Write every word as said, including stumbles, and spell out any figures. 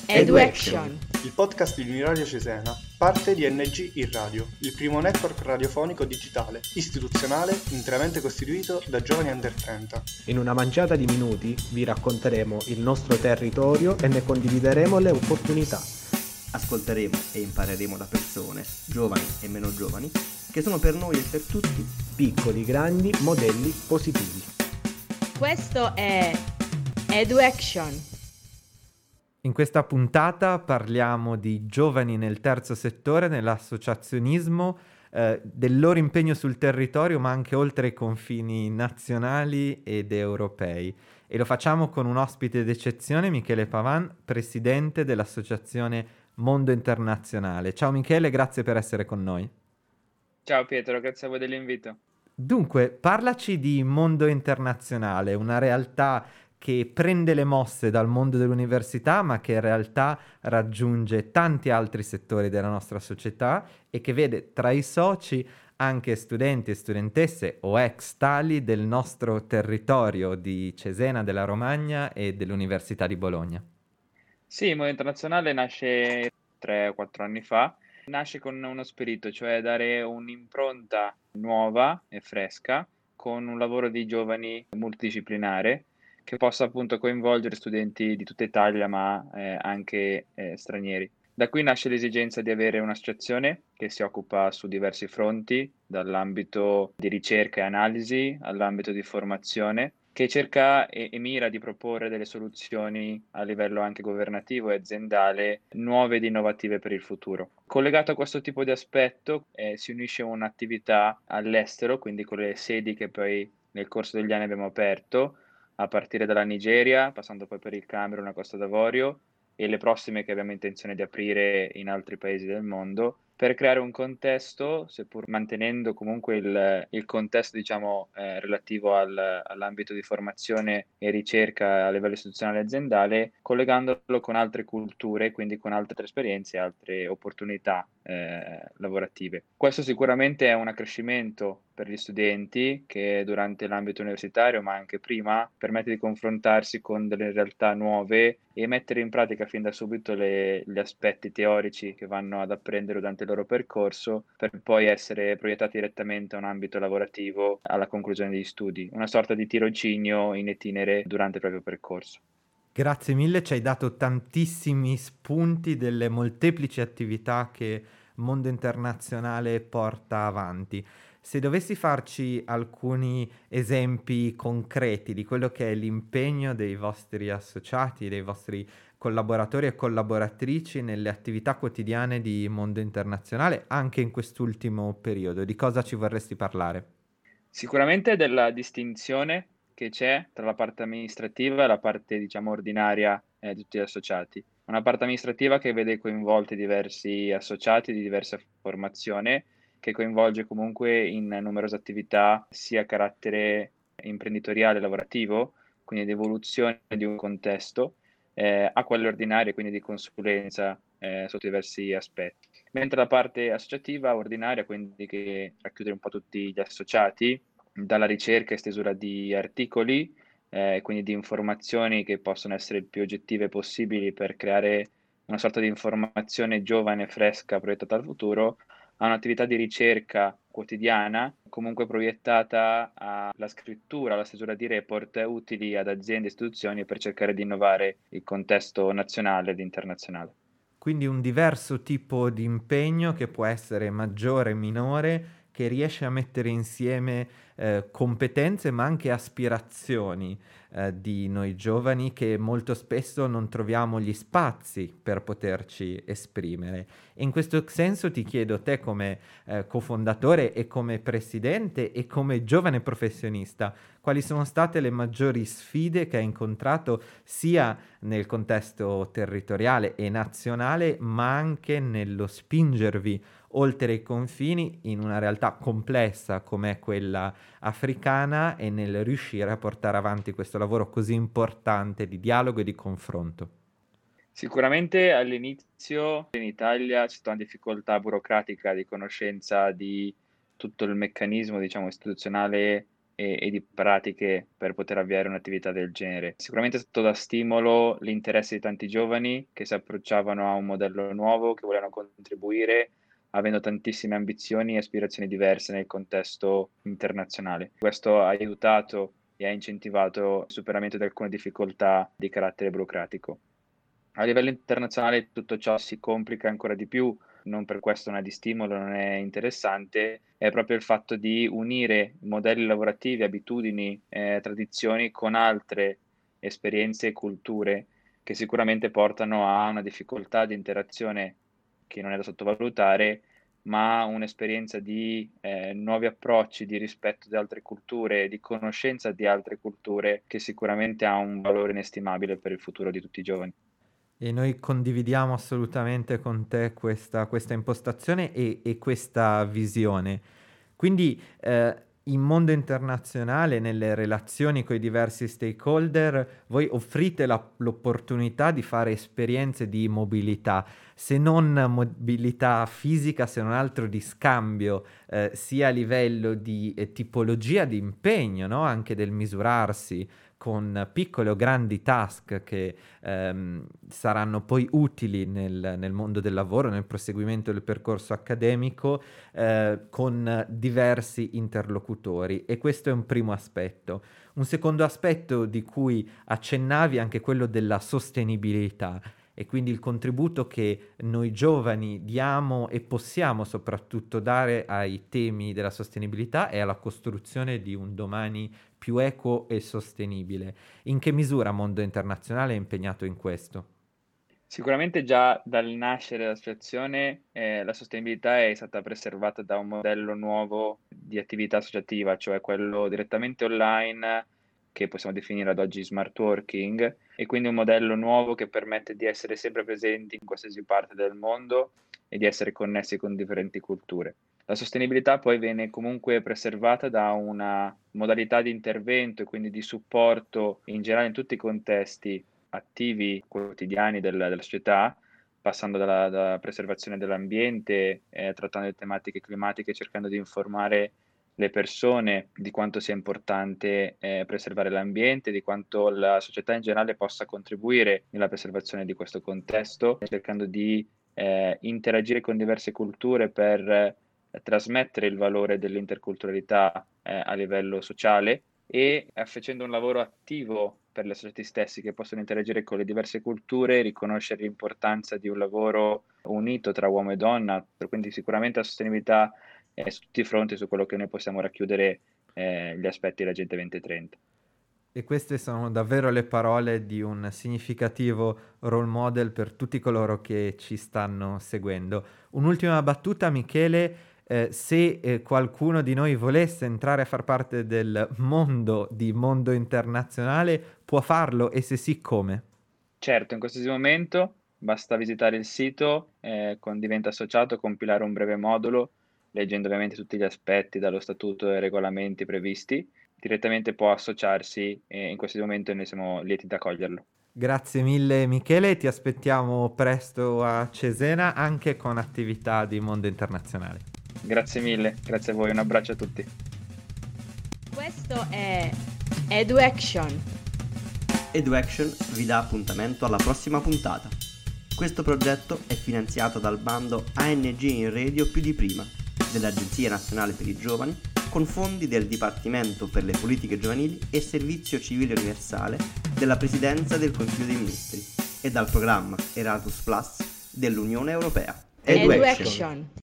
Edu-Action, il podcast di Uniradio Cesena, parte di N G in Radio, il primo network radiofonico digitale, istituzionale, interamente costituito da giovani under trenta. In una manciata di minuti vi racconteremo il nostro territorio e ne condivideremo le opportunità. Ascolteremo e impareremo da persone, giovani e meno giovani, che sono per noi e per tutti piccoli, grandi, modelli positivi. Questo è Edu-Action. In questa puntata parliamo di giovani nel terzo settore, nell'associazionismo, eh, del loro impegno sul territorio, ma anche oltre i confini nazionali ed europei. E lo facciamo con un ospite d'eccezione, Michele Pavan, presidente dell'associazione Mondo Internazionale. Ciao Michele, grazie per essere con noi. Ciao Pietro, grazie a voi dell'invito. Dunque, parlaci di Mondo Internazionale, una realtà che prende le mosse dal mondo dell'università, ma che in realtà raggiunge tanti altri settori della nostra società e che vede tra i soci anche studenti e studentesse o ex tali del nostro territorio di Cesena, della Romagna e dell'Università di Bologna. Sì, il Mondo Internazionale nasce tre o quattro anni fa, nasce con uno spirito, cioè dare un'impronta nuova e fresca con un lavoro di giovani multidisciplinare che possa appunto coinvolgere studenti di tutta Italia, ma eh, anche eh, stranieri. Da qui nasce l'esigenza di avere un'associazione che si occupa su diversi fronti, dall'ambito di ricerca e analisi all'ambito di formazione, che cerca e, e mira di proporre delle soluzioni a livello anche governativo e aziendale nuove ed innovative per il futuro. Collegato a questo tipo di aspetto eh, si unisce un'attività all'estero, quindi con le sedi che poi nel corso degli anni abbiamo aperto, a partire dalla Nigeria, passando poi per il Camerun, la Costa d'Avorio e le prossime che abbiamo intenzione di aprire in altri paesi del mondo, per creare un contesto, seppur mantenendo comunque il, il contesto diciamo eh, relativo al, all'ambito di formazione e ricerca a livello istituzionale e aziendale, collegandolo con altre culture, quindi con altre esperienze e altre opportunità eh, lavorative. Questo sicuramente è un accrescimento per gli studenti che durante l'ambito universitario, ma anche prima, permette di confrontarsi con delle realtà nuove e mettere in pratica fin da subito le, gli aspetti teorici che vanno ad apprendere durante il loro percorso per poi essere proiettati direttamente a un ambito lavorativo alla conclusione degli studi, una sorta di tirocinio in itinere durante il proprio percorso. Grazie mille, ci hai dato tantissimi spunti delle molteplici attività che Mondo Internazionale porta avanti. Se dovessi farci alcuni esempi concreti di quello che è l'impegno dei vostri associati, dei vostri collaboratori e collaboratrici nelle attività quotidiane di Mondo Internazionale, anche in quest'ultimo periodo, di cosa ci vorresti parlare? Sicuramente della distinzione che c'è tra la parte amministrativa e la parte, diciamo, ordinaria eh, di tutti gli associati. Una parte amministrativa che vede coinvolti diversi associati di diversa formazione, che coinvolge comunque in numerose attività sia a carattere imprenditoriale e lavorativo, quindi di evoluzione di un contesto, eh, a quelle ordinarie, quindi di consulenza eh, sotto diversi aspetti. Mentre la parte associativa ordinaria, quindi che racchiude un po' tutti gli associati, dalla ricerca e stesura di articoli, eh, quindi di informazioni che possono essere il più oggettive possibili per creare una sorta di informazione giovane, fresca, proiettata al futuro, a un'attività di ricerca quotidiana, comunque proiettata alla scrittura, alla stesura di report utili ad aziende e istituzioni per cercare di innovare il contesto nazionale ed internazionale. Quindi un diverso tipo di impegno che può essere maggiore e minore, che riesce a mettere insieme eh, competenze ma anche aspirazioni eh, di noi giovani che molto spesso non troviamo gli spazi per poterci esprimere. E in questo senso ti chiedo, te come eh, cofondatore e come presidente e come giovane professionista, quali sono state le maggiori sfide che hai incontrato sia nel contesto territoriale e nazionale, ma anche nello spingervi oltre i confini in una realtà complessa come quella africana e nel riuscire a portare avanti questo lavoro così importante di dialogo e di confronto? Sicuramente all'inizio in Italia c'è stata una difficoltà burocratica di conoscenza di tutto il meccanismo, diciamo, istituzionale e, e di pratiche per poter avviare un'attività del genere. Sicuramente è stato da stimolo l'interesse di tanti giovani che si approcciavano a un modello nuovo, che volevano contribuire, avendo tantissime ambizioni e aspirazioni diverse nel contesto internazionale. Questo ha aiutato e ha incentivato il superamento di alcune difficoltà di carattere burocratico. A livello internazionale tutto ciò si complica ancora di più, non per questo non è di stimolo, non è interessante, è proprio il fatto di unire modelli lavorativi, abitudini, eh, tradizioni con altre esperienze e culture che sicuramente portano a una difficoltà di interazione che non è da sottovalutare, ma un'esperienza di eh, nuovi approcci, di rispetto di altre culture, di conoscenza di altre culture che sicuramente ha un valore inestimabile per il futuro di tutti i giovani. E noi condividiamo assolutamente con te questa, questa impostazione e, e questa visione. Quindi eh, in mondo internazionale, nelle relazioni con i diversi stakeholder, voi offrite la, l'opportunità di fare esperienze di mobilità, se non mobilità fisica, se non altro di scambio, eh, sia a livello di eh, tipologia di impegno, no? Anche del misurarsi con piccole o grandi task che ehm, saranno poi utili nel, nel mondo del lavoro, nel proseguimento del percorso accademico, eh, con diversi interlocutori. E questo è un primo aspetto. Un secondo aspetto di cui accennavi è anche quello della sostenibilità, e quindi il contributo che noi giovani diamo e possiamo soprattutto dare ai temi della sostenibilità e alla costruzione di un domani più equo e sostenibile. In che misura Mondo Internazionale è impegnato in questo? Sicuramente già dal nascere dell'associazione eh, la sostenibilità è stata preservata da un modello nuovo di attività associativa, cioè quello direttamente online, che possiamo definire ad oggi smart working, e quindi un modello nuovo che permette di essere sempre presenti in qualsiasi parte del mondo e di essere connessi con differenti culture. La sostenibilità poi viene comunque preservata da una modalità di intervento e quindi di supporto in generale in tutti i contesti attivi quotidiani del, della società, passando dalla, dalla preservazione dell'ambiente, eh, trattando le tematiche climatiche, cercando di informare le persone di quanto sia importante eh, preservare l'ambiente, di quanto la società in generale possa contribuire nella preservazione di questo contesto, cercando di eh, interagire con diverse culture per eh, trasmettere il valore dell'interculturalità eh, a livello sociale e eh, facendo un lavoro attivo per le associati stessi che possono interagire con le diverse culture, riconoscere l'importanza di un lavoro unito tra uomo e donna, quindi sicuramente la sostenibilità è su tutti i fronti, su quello che noi possiamo racchiudere eh, gli aspetti dell'Agenda duemilatrenta. E queste sono davvero le parole di un significativo role model per tutti coloro che ci stanno seguendo. Un'ultima battuta, Michele, eh, se eh, qualcuno di noi volesse entrare a far parte del mondo di Mondo Internazionale, può farlo, e se sì, come? Certo, in qualsiasi momento basta visitare il sito, eh, con Diventa Associato, compilare un breve modulo, leggendo ovviamente tutti gli aspetti dallo statuto e regolamenti previsti, direttamente può associarsi e in questo momento noi siamo lieti di accoglierlo. Grazie mille Michele, ti aspettiamo presto a Cesena anche con attività di Mondo Internazionale. Grazie mille, grazie a voi, un abbraccio a tutti. Questo è EduAction. EduAction vi dà appuntamento alla prossima puntata. Questo progetto è finanziato dal bando A N G in Radio più di prima dell'Agenzia Nazionale per i Giovani, con fondi del Dipartimento per le Politiche Giovanili e Servizio Civile Universale della Presidenza del Consiglio dei Ministri e dal programma Erasmus Plus dell'Unione Europea. EduAction.